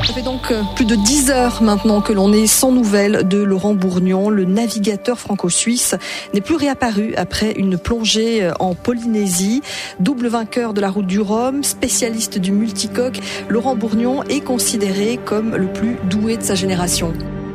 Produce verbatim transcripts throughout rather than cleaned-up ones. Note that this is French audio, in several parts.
Ça fait donc plus de dix heures maintenant que l'on est sans nouvelles de Laurent Bourgnon. Le navigateur franco-suisse n'est plus réapparu après une plongée en Polynésie. Double vainqueur de la route du Rhum, spécialiste du multicoque, Laurent Bourgnon est considéré comme le plus doué de sa génération.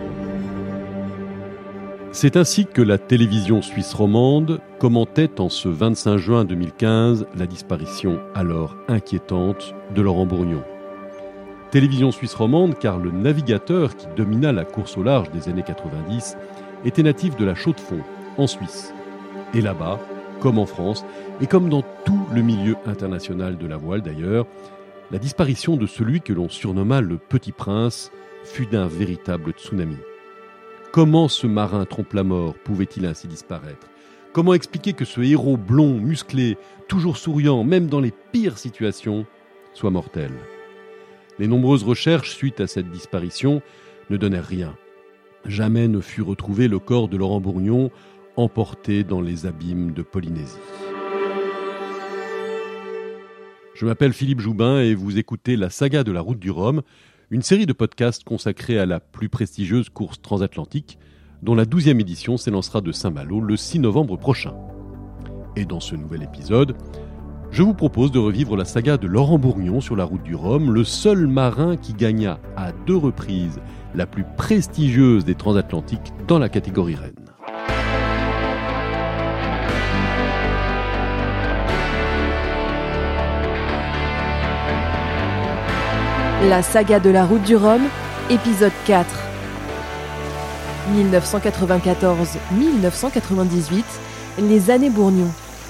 C'est ainsi que la télévision suisse romande commentait en ce vingt-cinq juin deux mille quinze la disparition alors inquiétante de Laurent Bourgnon. Télévision suisse romande car le navigateur qui domina la course au large des années quatre-vingt-dix était natif de la Chaux-de-Fonds, en Suisse. Et là-bas, comme en France, et comme dans tout le milieu international de la voile d'ailleurs, la disparition de celui que l'on surnomma le Petit Prince fut d'un véritable tsunami. Comment ce marin trompe-la-mort pouvait-il ainsi disparaître ? Comment expliquer que ce héros blond, musclé, toujours souriant, même dans les pires situations, soit mortel ? Les nombreuses recherches suite à cette disparition ne donnèrent rien. Jamais ne fut retrouvé le corps de Laurent Bourgnon emporté dans les abîmes de Polynésie. Je m'appelle Philippe Joubin et vous écoutez La Saga de la Route du Rhum, une série de podcasts consacrée à la plus prestigieuse course transatlantique, dont la douzième édition s'élancera de Saint-Malo le six novembre prochain. Et dans ce nouvel épisode, je vous propose de revivre la saga de Laurent Bourgnon sur la route du Rhum, le seul marin qui gagna à deux reprises la plus prestigieuse des transatlantiques dans la catégorie reine. La saga de la route du Rhum, épisode quatre. dix-neuf cent quatre-vingt-quatorze à dix-neuf cent quatre-vingt-dix-huit, les années Bourgnon.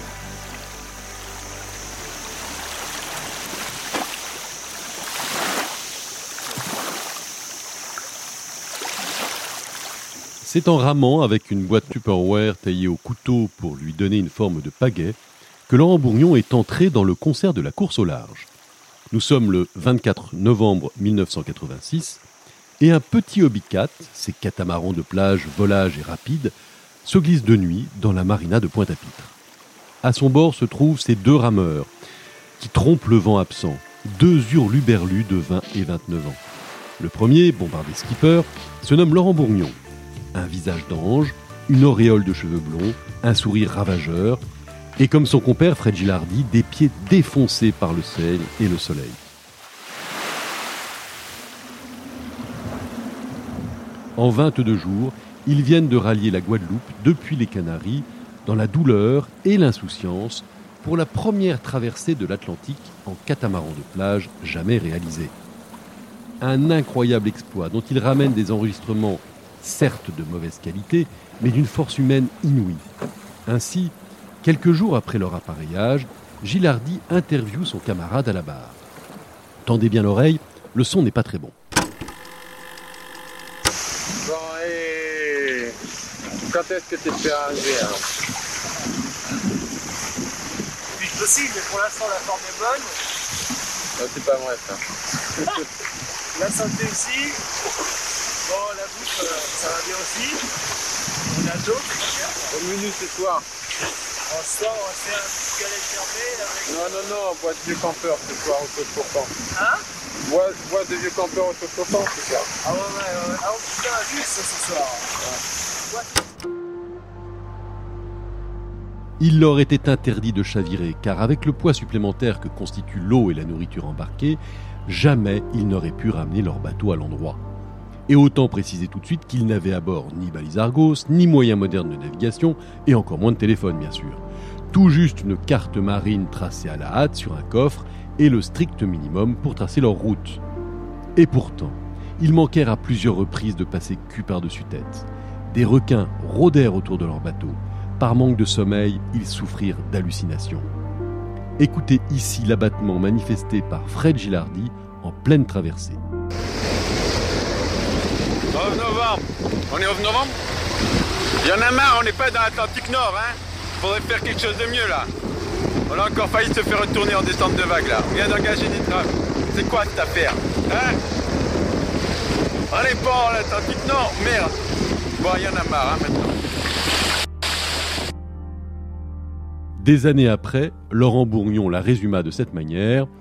C'est en ramant avec une boîte Tupperware taillée au couteau pour lui donner une forme de pagaie que Laurent Bourgnon est entré dans le concert de la course au large. Nous sommes le vingt-quatre novembre dix-neuf cent quatre-vingt-six et un petit hobbycat, ces catamarans de plage, volage et rapide, se glisse de nuit dans la marina de Pointe-à-Pitre. À son bord se trouvent ces deux rameurs qui trompent le vent absent, deux hurluberlus de vingt et vingt-neuf ans. Le premier, bombardé skipper, se nomme Laurent Bourgnon. Un visage d'ange, une auréole de cheveux blonds, un sourire ravageur, et comme son compère Fred Gilardi, des pieds défoncés par le sel et le soleil. En vingt-deux jours, ils viennent de rallier la Guadeloupe depuis les Canaries, dans la douleur et l'insouciance, pour la première traversée de l'Atlantique en catamaran de plage jamais réalisée. Un incroyable exploit dont ils ramènent des enregistrements certes de mauvaise qualité, mais d'une force humaine inouïe. Ainsi, quelques jours après leur appareillage, Gilardi interviewe son camarade à la barre. Tendez bien l'oreille, le son n'est pas très bon. Bon, et quand est-ce que tu te fais arranger alors ? Plus possible, mais pour l'instant la forme est bonne. Non, c'est pas vrai ça. La santé aussi. Bon, la bouffe, euh, ça va bien aussi. On a d'eau. Au menu ce soir. On sort, on va faire un petit galette fermée avec... Non, non, non, boîte de vieux campeurs ce soir au chauffant. Hein ? Boîte, boîte de vieux campeurs au chauffant ce soir. Ah ouais, ouais, ouais. Ah putain, juste ça ce soir. Ouais. Il leur était interdit de chavirer, car avec le poids supplémentaire que constituent l'eau et la nourriture embarquée, jamais ils n'auraient pu ramener leur bateau à l'endroit. Et autant préciser tout de suite qu'ils n'avaient à bord ni balises Argos, ni moyens modernes de navigation, et encore moins de téléphone bien sûr. Tout juste une carte marine tracée à la hâte sur un coffre, et le strict minimum pour tracer leur route. Et pourtant, ils manquèrent à plusieurs reprises de passer cul par-dessus tête. Des requins rôdèrent autour de leur bateau. Par manque de sommeil, ils souffrirent d'hallucinations. Écoutez ici l'abattement manifesté par Fred Gilardi en pleine traversée. neuf novembre. On est au novembre ? Il y en a marre, on n'est pas dans l'Atlantique Nord, hein. Faudrait faire quelque chose de mieux là. On a encore failli se faire retourner en descente de vague là. On vient d'engager des traves. C'est quoi cette affaire ? Hein ? On n'est pas en l'Atlantique Nord, merde. Bon, il y en a marre, hein, maintenant. Des années après, Laurent Bourgnon la résuma de cette manière.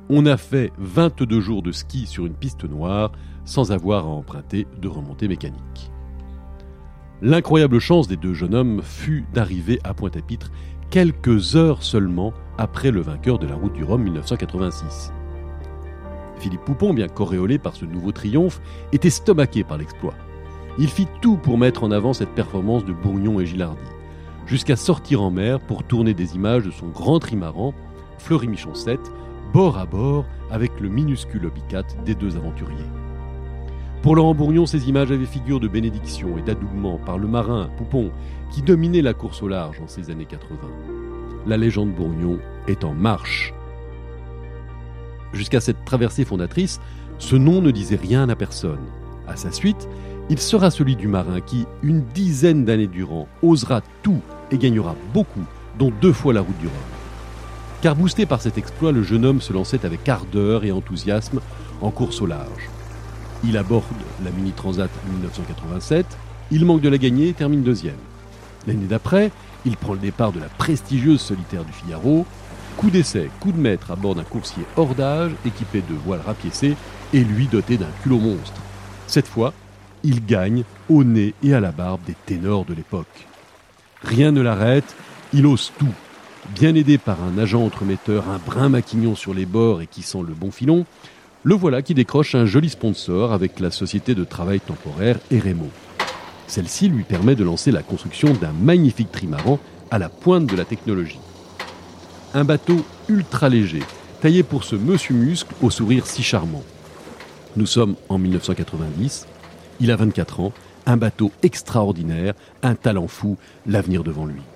On a fait vingt-deux jours de ski sur une piste noire sans avoir à emprunter de remontée mécanique. L'incroyable chance des deux jeunes hommes fut d'arriver à Pointe-à-Pitre quelques heures seulement après le vainqueur de la Route du Rhum mille neuf cent quatre-vingt-six. Philippe Poupon, bien qu'auréolé par ce nouveau triomphe, était stomaqué par l'exploit. Il fit tout pour mettre en avant cette performance de Bourgnon et Gilardi, jusqu'à sortir en mer pour tourner des images de son grand trimaran, Fleury-Michon sept, bord à bord avec le minuscule Obicat des deux aventuriers. Pour Laurent Bourgnon, ces images avaient figure de bénédiction et d'adoubement par le marin Poupon qui dominait la course au large en ces années quatre-vingts. La légende Bourgnon est en marche. Jusqu'à cette traversée fondatrice, ce nom ne disait rien à personne. À sa suite, il sera celui du marin qui, une dizaine d'années durant, osera tout et gagnera beaucoup, dont deux fois la Route du Rhum. Car boosté par cet exploit, le jeune homme se lançait avec ardeur et enthousiasme en course au large. Il aborde la Mini Transat mille neuf cent quatre-vingt-sept, il manque de la gagner et termine deuxième. L'année d'après, il prend le départ de la prestigieuse solitaire du Figaro. Coup d'essai, coup de maître à bord d'un coursier hors d'âge, équipé de voiles rapiécées et lui doté d'un culot monstre. Cette fois, il gagne au nez et à la barbe des ténors de l'époque. Rien ne l'arrête, il ose tout. Bien aidé par un agent entremetteur, un brin maquignon sur les bords et qui sent le bon filon, le voilà qui décroche un joli sponsor avec la société de travail temporaire Eremo. Celle-ci lui permet de lancer la construction d'un magnifique trimaran à la pointe de la technologie. Un bateau ultra léger, taillé pour ce monsieur muscle au sourire si charmant. Nous sommes en mille neuf cent quatre-vingt-dix, il a vingt-quatre ans, un bateau extraordinaire, un talent fou, l'avenir devant lui.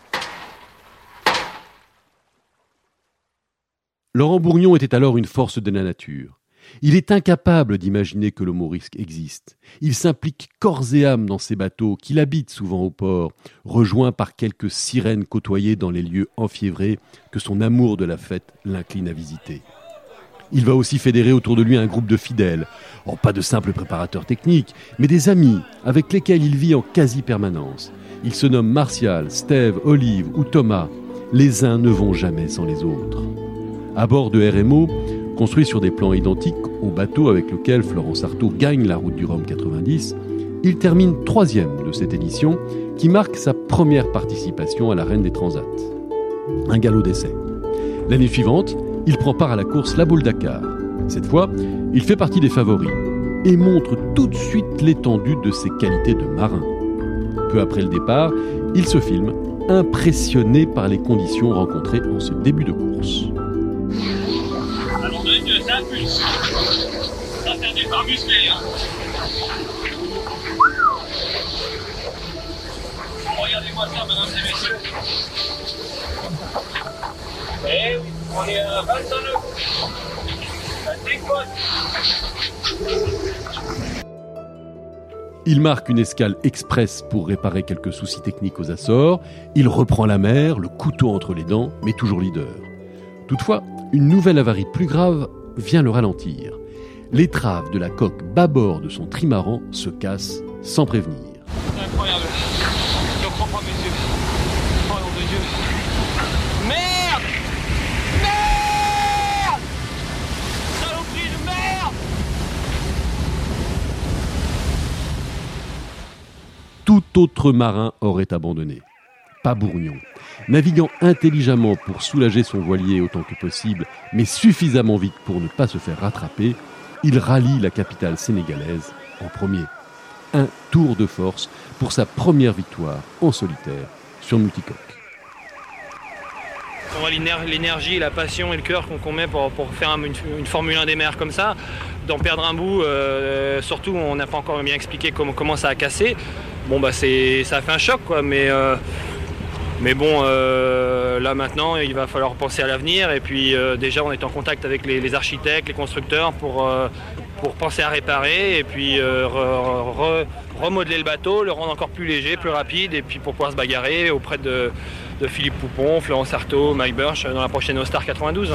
Laurent Bourgnon était alors une force de la nature. Il est incapable d'imaginer que le mot risque existe. Il s'implique corps et âme dans ces bateaux qu'il habite souvent au port, rejoint par quelques sirènes côtoyées dans les lieux enfiévrés que son amour de la fête l'incline à visiter. Il va aussi fédérer autour de lui un groupe de fidèles, oh, pas de simples préparateurs techniques, mais des amis avec lesquels il vit en quasi-permanence. Ils se nomment Martial, Steve, Olive ou Thomas. Les uns ne vont jamais sans les autres. À bord de R M O, construit sur des plans identiques au bateau avec lequel Florence Artaud gagne la Route du Rhum quatre-vingt-dix, il termine troisième de cette édition qui marque sa première participation à la Reine des Transats. Un galop d'essai. L'année suivante, il prend part à la course La Baule Dakar. Cette fois, il fait partie des favoris et montre tout de suite l'étendue de ses qualités de marin. Peu après le départ, il se filme, impressionné par les conditions rencontrées en ce début de course. Alors deux, deux, ça impulse. Ça fait un départ musclé, hein. Regardez-moi ça, mesdames et messieurs. Eh oui, on est à vingt-neuf. Ça décolle. Il marque une escale express pour réparer quelques soucis techniques aux Açores. Il reprend la mer, le couteau entre les dents, mais toujours leader. Toutefois, une nouvelle avarie plus grave vient le ralentir. L'étrave de la coque bâbord de son trimaran se casse sans prévenir. C'est incroyable. Je ne comprends pas mes yeux. Oh nom de Dieu. Merde! Merde! Saloperie de merde! Tout autre marin aurait abandonné. Pas Bourgnon. Naviguant intelligemment pour soulager son voilier autant que possible, mais suffisamment vite pour ne pas se faire rattraper, il rallie la capitale sénégalaise en premier. Un tour de force pour sa première victoire en solitaire sur multicoque. On voit l'énergie, la passion et le cœur qu'on met pour, pour faire une, une Formule un des mers comme ça, d'en perdre un bout, euh, surtout on n'a pas encore bien expliqué comment, comment ça a cassé. Bon bah c'est, ça a fait un choc quoi, mais... Euh, Mais bon, euh, là maintenant, il va falloir penser à l'avenir. Et puis euh, déjà, on est en contact avec les, les architectes, les constructeurs pour, euh, pour penser à réparer et puis euh, re, re, remodeler le bateau, le rendre encore plus léger, plus rapide et puis pour pouvoir se bagarrer auprès de, de Philippe Poupon, Florence Artaud, Mike Birch dans la prochaine All-Star quatre-vingt-douze.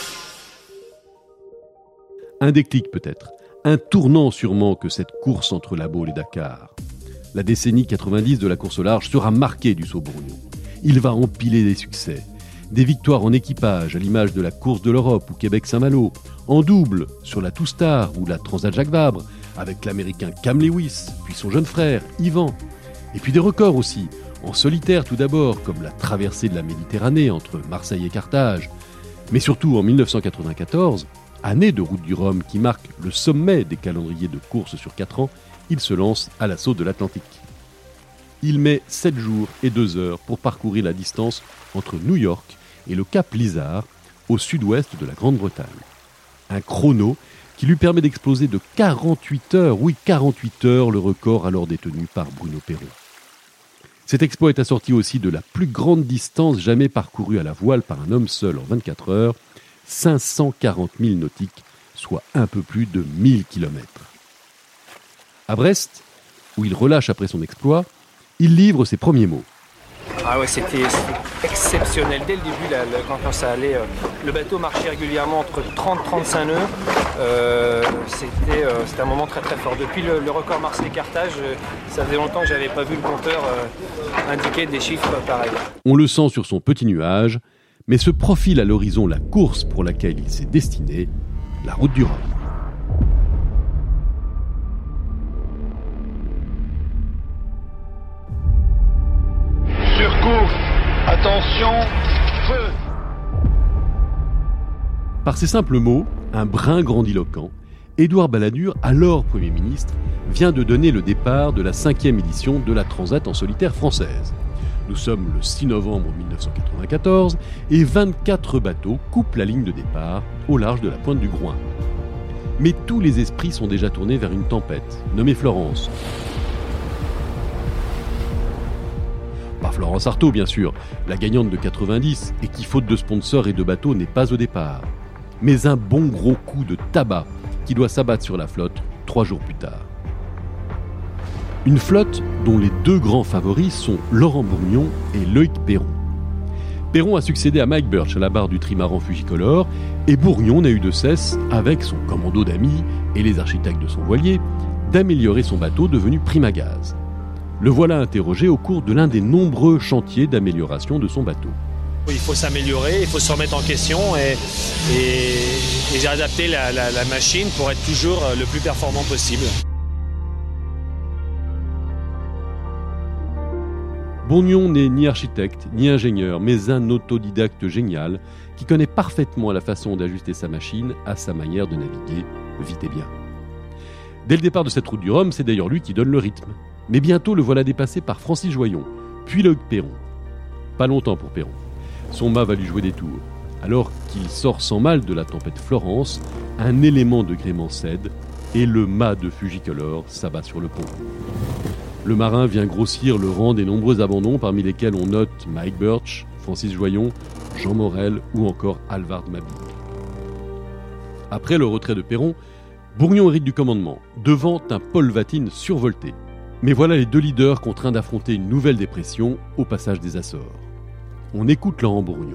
Un déclic peut-être, un tournant sûrement que cette course entre La Baule et Dakar. La décennie quatre-vingt-dix de la course au large sera marquée du saut Bourgnon. Il va empiler des succès. Des victoires en équipage à l'image de la course de l'Europe ou Québec-Saint-Malo, en double sur la Two-Star ou la Transat Jacques Vabre, avec l'américain Cam Lewis, puis son jeune frère Yvan. Et puis des records aussi, en solitaire tout d'abord, comme la traversée de la Méditerranée entre Marseille et Carthage. Mais surtout en dix-neuf cent quatre-vingt-quatorze, année de Route du Rhum qui marque le sommet des calendriers de course sur quatre ans, il se lance à l'assaut de l'Atlantique. Il met sept jours et deux heures pour parcourir la distance entre New York et le Cap Lizard, au sud-ouest de la Grande-Bretagne. Un chrono qui lui permet d'exploser de quarante-huit heures, oui quarante-huit heures, le record alors détenu par Bruno Perron. Cet exploit est assorti aussi de la plus grande distance jamais parcourue à la voile par un homme seul en vingt-quatre heures, cinq cent quarante milles nautiques, soit un peu plus de mille kilomètres. À Brest, où il relâche après son exploit, il livre ses premiers mots. Ah ouais, c'était, c'était exceptionnel. Dès le début, là, le, quand, quand ça allait, euh, le bateau marchait régulièrement entre trente et trente-cinq nœuds. Euh, c'était, euh, c'était un moment très très fort. Depuis le, le record Marseille-Carthage, euh, ça faisait longtemps que j'avais pas vu le compteur euh, indiquer des chiffres pareils. On le sent sur son petit nuage, mais se profile à l'horizon la course pour laquelle il s'est destiné, la Route du Rhum. Attention, feu! Par ces simples mots, un brin grandiloquent, Édouard Balladur, alors Premier ministre, vient de donner le départ de la cinquième édition de la Transat en solitaire française. Nous sommes le six novembre dix-neuf cent quatre-vingt-quatorze et vingt-quatre bateaux coupent la ligne de départ au large de la pointe du Groin. Mais tous les esprits sont déjà tournés vers une tempête, nommée Florence. Pas Florence Artaud, bien sûr, la gagnante de quatre-vingt-dix et qui, faute de sponsors et de bateaux, n'est pas au départ. Mais un bon gros coup de tabac qui doit s'abattre sur la flotte trois jours plus tard. Une flotte dont les deux grands favoris sont Laurent Bourgnon et Loïc Perron. Perron a succédé à Mike Birch à la barre du trimaran Fujicolor et Bourgnon n'a eu de cesse, avec son commando d'amis et les architectes de son voilier, d'améliorer son bateau devenu Primagaz. Le voilà interrogé au cours de l'un des nombreux chantiers d'amélioration de son bateau. Il faut s'améliorer, il faut se remettre en question et, et, et adapter la, la, la machine pour être toujours le plus performant possible. Bourgnon n'est ni architecte, ni ingénieur, mais un autodidacte génial qui connaît parfaitement la façon d'ajuster sa machine à sa manière de naviguer, vite et bien. Dès le départ de cette route du Rhum, c'est d'ailleurs lui qui donne le rythme. Mais bientôt le voilà dépassé par Francis Joyon, puis Loïc Perron. Pas longtemps pour Perron. Son mât va lui jouer des tours. Alors qu'il sort sans mal de la tempête Florence, un élément de gréement cède et le mât de Fujicolor s'abat sur le pont. Le marin vient grossir le rang des nombreux abandons parmi lesquels on note Mike Birch, Francis Joyon, Jean Morel ou encore Alvard Mabille. Après le retrait de Perron, Bourgnon hérite du commandement, devant un Paul Vatine survolté. Mais voilà les deux leaders contraints d'affronter une nouvelle dépression au passage des Açores. On écoute Laurent Bourgnon.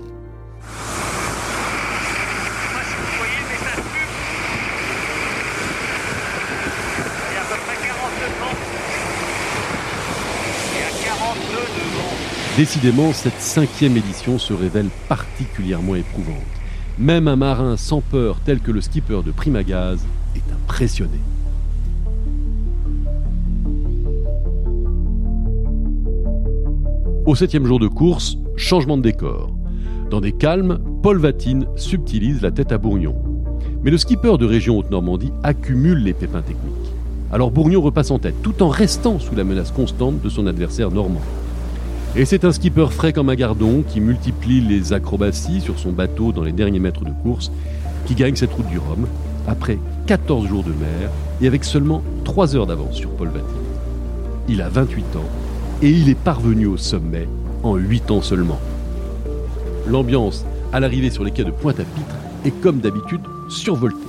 Décidément, cette cinquième édition se révèle particulièrement éprouvante. Même un marin sans peur tel que le skipper de Primagaz est impressionné. Au septième jour de course, changement de décor. Dans des calmes, Paul Vatine subtilise la tête à Bourgnon. Mais le skipper de région Haute-Normandie accumule les pépins techniques. Alors Bourgnon repasse en tête, tout en restant sous la menace constante de son adversaire normand. Et c'est un skipper frais comme un gardon qui multiplie les acrobaties sur son bateau dans les derniers mètres de course qui gagne cette route du Rhum après quatorze jours de mer et avec seulement trois heures d'avance sur Paul Vatine. Il a vingt-huit ans et il est parvenu au sommet en huit ans seulement. L'ambiance à l'arrivée sur les quais de Pointe-à-Pitre est comme d'habitude survoltée.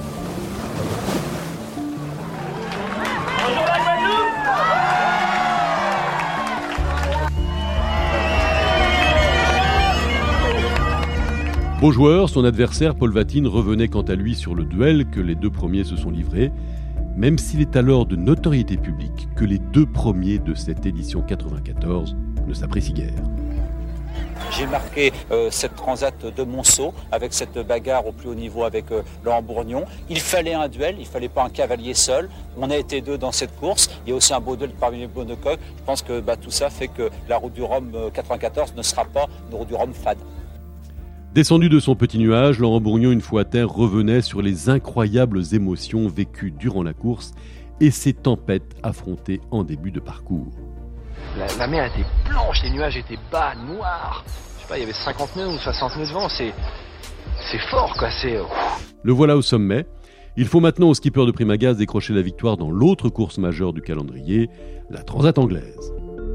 Beau joueur, son adversaire Paul Vatine revenait quant à lui sur le duel que les deux premiers se sont livrés, même s'il est alors de notoriété publique que les deux premiers de cette édition quatre-vingt-quatorze ne s'apprécient guère. J'ai marqué euh, cette transat de Monceau avec cette bagarre au plus haut niveau avec euh, Laurent Bourgnon. Il fallait un duel, il ne fallait pas un cavalier seul. On a été deux dans cette course. Il y a aussi un beau duel parmi les monocoques. Je pense que bah, tout ça fait que la route du Rhum quatre-vingt-quatorze ne sera pas une route du Rhum fade. Descendu de son petit nuage, Laurent Bourgnon, une fois à terre, revenait sur les incroyables émotions vécues durant la course et ses tempêtes affrontées en début de parcours. La, la mer était blanche, les nuages étaient bas, noirs. Je sais pas, il y avait cinquante nœuds ou soixante nœuds de vent, c'est, c'est fort quoi, c'est... Le voilà au sommet. Il faut maintenant au skipper de Primagaz décrocher la victoire dans l'autre course majeure du calendrier, la Transat anglaise.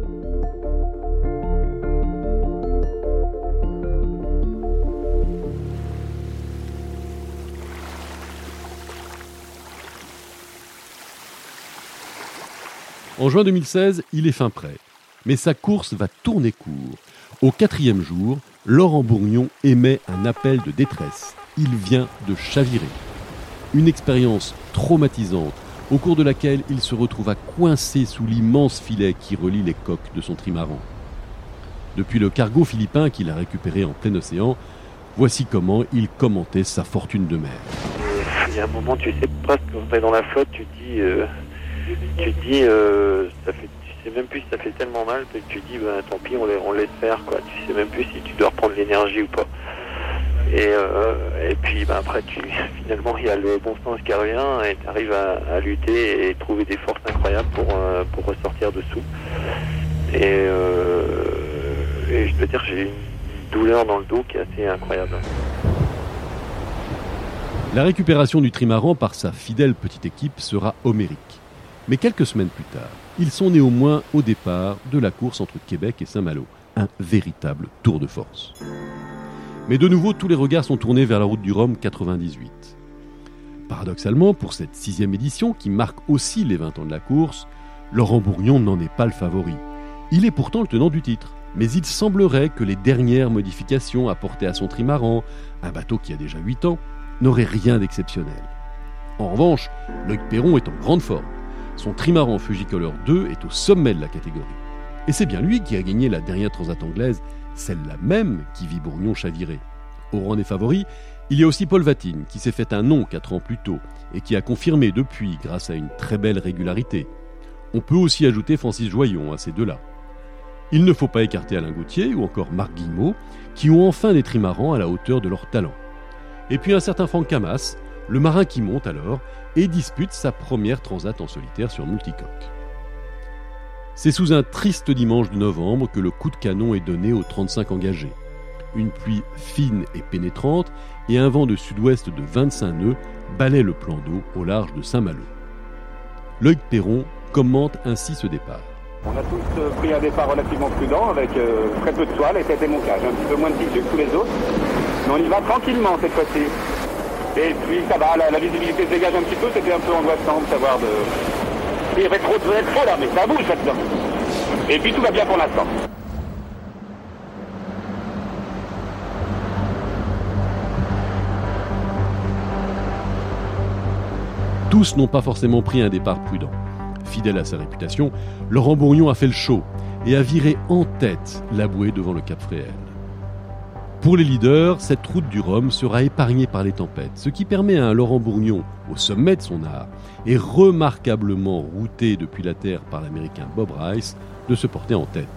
En juin deux mille seize, il est fin prêt. Mais sa course va tourner court. Au quatrième jour, Laurent Bourgnon émet un appel de détresse. Il vient de chavirer. Une expérience traumatisante au cours de laquelle il se retrouva coincé sous l'immense filet qui relie les coques de son trimaran. Depuis le cargo philippin qu'il a récupéré en plein océan, voici comment il commentait sa fortune de mer. Il y a un moment, tu sais presque quand tu es dans la flotte, tu te dis... Euh... Tu te dis, euh, ça fait, tu sais même plus si ça fait tellement mal que tu te dis, ben, tant pis, on, on laisse faire, quoi. Tu sais même plus si tu dois reprendre l'énergie ou pas. Et, euh, et puis, ben, après, tu, finalement, il y a le bon sens qui revient et tu arrives à, à lutter et trouver des forces incroyables pour, euh, pour ressortir dessous. Et, euh, et je peux dire, j'ai une douleur dans le dos qui est assez incroyable. La récupération du trimaran par sa fidèle petite équipe sera homérique. Mais quelques semaines plus tard, ils sont néanmoins au départ de la course entre Québec et Saint-Malo, un véritable tour de force. Mais de nouveau, tous les regards sont tournés vers la route du Rhum quatre-vingt-dix-huit. Paradoxalement, pour cette sixième édition, qui marque aussi les vingt ans de la course, Laurent Bourgnon n'en est pas le favori. Il est pourtant le tenant du titre, mais il semblerait que les dernières modifications apportées à son trimaran, un bateau qui a déjà huit ans, n'auraient rien d'exceptionnel. En revanche, Loïc Perron est en grande forme. Son trimaran Fujicolor deux est au sommet de la catégorie. Et c'est bien lui qui a gagné la dernière transat anglaise, celle-là même qui vit Bourgnon chavirer. Au rang des favoris, il y a aussi Paul Vatine, qui s'est fait un nom quatre ans plus tôt et qui a confirmé depuis grâce à une très belle régularité. On peut aussi ajouter Francis Joyon à ces deux-là. Il ne faut pas écarter Alain Gauthier ou encore Marc Guillemot, qui ont enfin des trimarans à la hauteur de leur talent. Et puis un certain Franck Camas, le marin qui monte alors et dispute sa première transat en solitaire sur multicoque. C'est sous un triste dimanche de novembre que le coup de canon est donné aux trente-cinq engagés. Une pluie fine et pénétrante et un vent de sud-ouest de vingt-cinq nœuds balaient le plan d'eau au large de Saint-Malo. Loïc Perron commente ainsi ce départ. On a tous pris un départ relativement prudent avec euh, très peu de toile et tête et moncage, un petit peu moins de tissu que tous les autres. Mais on y va tranquillement cette fois-ci. Et puis ça va, la, la visibilité se dégage un petit peu, c'était un peu angoissant de savoir de... Il y avait trop de trop là, mais ça bouge maintenant. Et puis tout va bien pour l'instant. Tous n'ont pas forcément pris un départ prudent. Fidèle à sa réputation, Laurent Bourgnon a fait le show et a viré en tête la bouée devant le Cap Fréhel. Pour les leaders, cette route du Rhum sera épargnée par les tempêtes, ce qui permet à un Laurent Bourgnon, au sommet de son art, et remarquablement routé depuis la terre par l'Américain Bob Rice, de se porter en tête.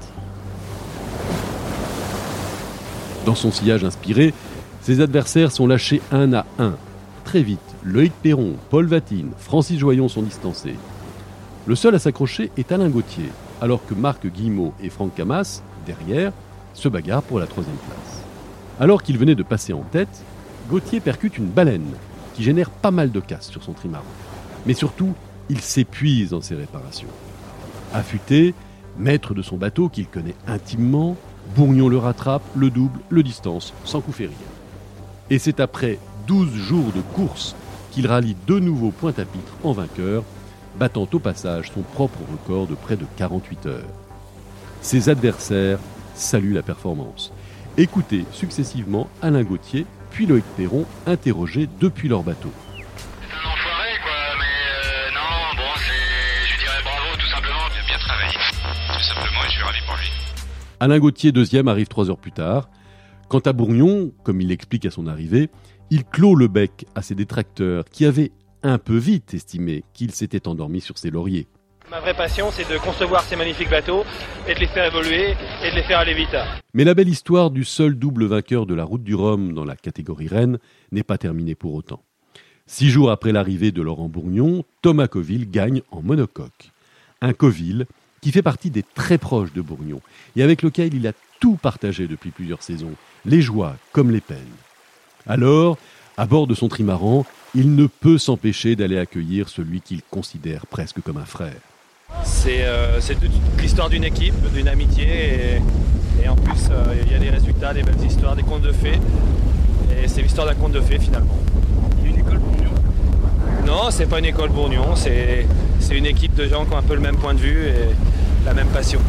Dans son sillage inspiré, ses adversaires sont lâchés un à un. Très vite, Loïc Perron, Paul Vatine, Francis Joyon sont distancés. Le seul à s'accrocher est Alain Gauthier, alors que Marc Guillemot et Franck Camas, derrière, se bagarrent pour la troisième place. Alors qu'il venait de passer en tête, Gauthier percute une baleine qui génère pas mal de casse sur son trimaran. Mais surtout, il s'épuise dans ses réparations. Affûté, maître de son bateau qu'il connaît intimement, Bourgnon le rattrape, le double, le distance, sans coup férir. Et c'est après douze jours de course qu'il rallie de nouveau Pointe-à-Pitre en vainqueur, battant au passage son propre record de près de quarante-huit heures. Ses adversaires saluent la performance. Écoutez successivement Alain Gauthier, puis Loïc Perron, interrogés depuis leur bateau. C'est un enfoiré, quoi, mais euh, non, bon, c'est, je lui dirais bravo, tout simplement. Il a bien travaillé, tout simplement, et je suis ravi pour lui. Alain Gauthier, deuxième, arrive trois heures plus tard. Quant à Bourgnon, comme il l'explique à son arrivée, il clôt le bec à ses détracteurs qui avaient un peu vite estimé qu'il s'était endormi sur ses lauriers. Ma vraie passion, c'est de concevoir ces magnifiques bateaux et de les faire évoluer et de les faire aller vite. Mais la belle histoire du seul double vainqueur de la Route du Rhum dans la catégorie Rennes n'est pas terminée pour autant. Six jours après l'arrivée de Laurent Bourgnon, Thomas Coville gagne en monocoque. Un Coville qui fait partie des très proches de Bourgnon et avec lequel il a tout partagé depuis plusieurs saisons, les joies comme les peines. Alors, à bord de son trimaran, il ne peut s'empêcher d'aller accueillir celui qu'il considère presque comme un frère. C'est, euh, c'est toute l'histoire d'une équipe, d'une amitié et, et en plus euh, il y a des résultats, des belles histoires, des contes de fées et c'est l'histoire d'un conte de fées finalement. Il y a une école Bourgnon ? Non, c'est pas une école Bourgnon, c'est, c'est une équipe de gens qui ont un peu le même point de vue et la même passion.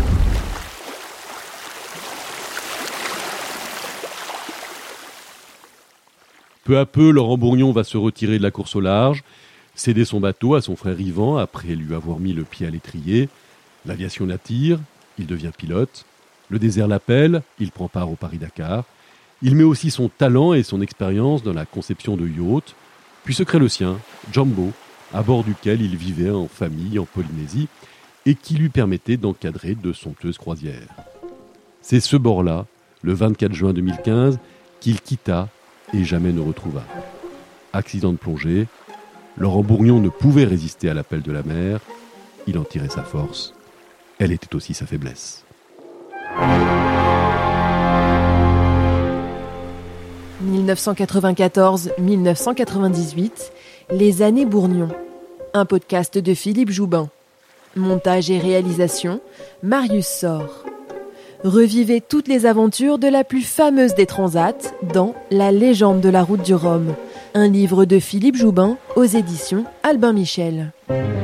Peu à peu, Laurent Bourgnon va se retirer de la course au large, céder son bateau à son frère Yvan après lui avoir mis le pied à l'étrier. L'aviation l'attire, il devient pilote. Le désert l'appelle, il prend part au Paris-Dakar. Il met aussi son talent et son expérience dans la conception de yachts, puis se crée le sien, Jumbo, à bord duquel il vivait en famille en Polynésie et qui lui permettait d'encadrer de somptueuses croisières. C'est ce bord-là, le vingt-quatre juin deux mille quinze, qu'il quitta et jamais ne retrouva. Accident de plongée, Laurent Bourgnon ne pouvait résister à l'appel de la mer, il en tirait sa force, elle était aussi sa faiblesse. dix-neuf cent quatre-vingt-quatorze à dix-neuf cent quatre-vingt-dix-huit, Les années Bourgnon. Un podcast de Philippe Joubin. Montage et réalisation, Marius Sor. Revivez toutes les aventures de la plus fameuse des transats dans La légende de la Route du Rhum, un livre de Philippe Joubin aux éditions Albin Michel.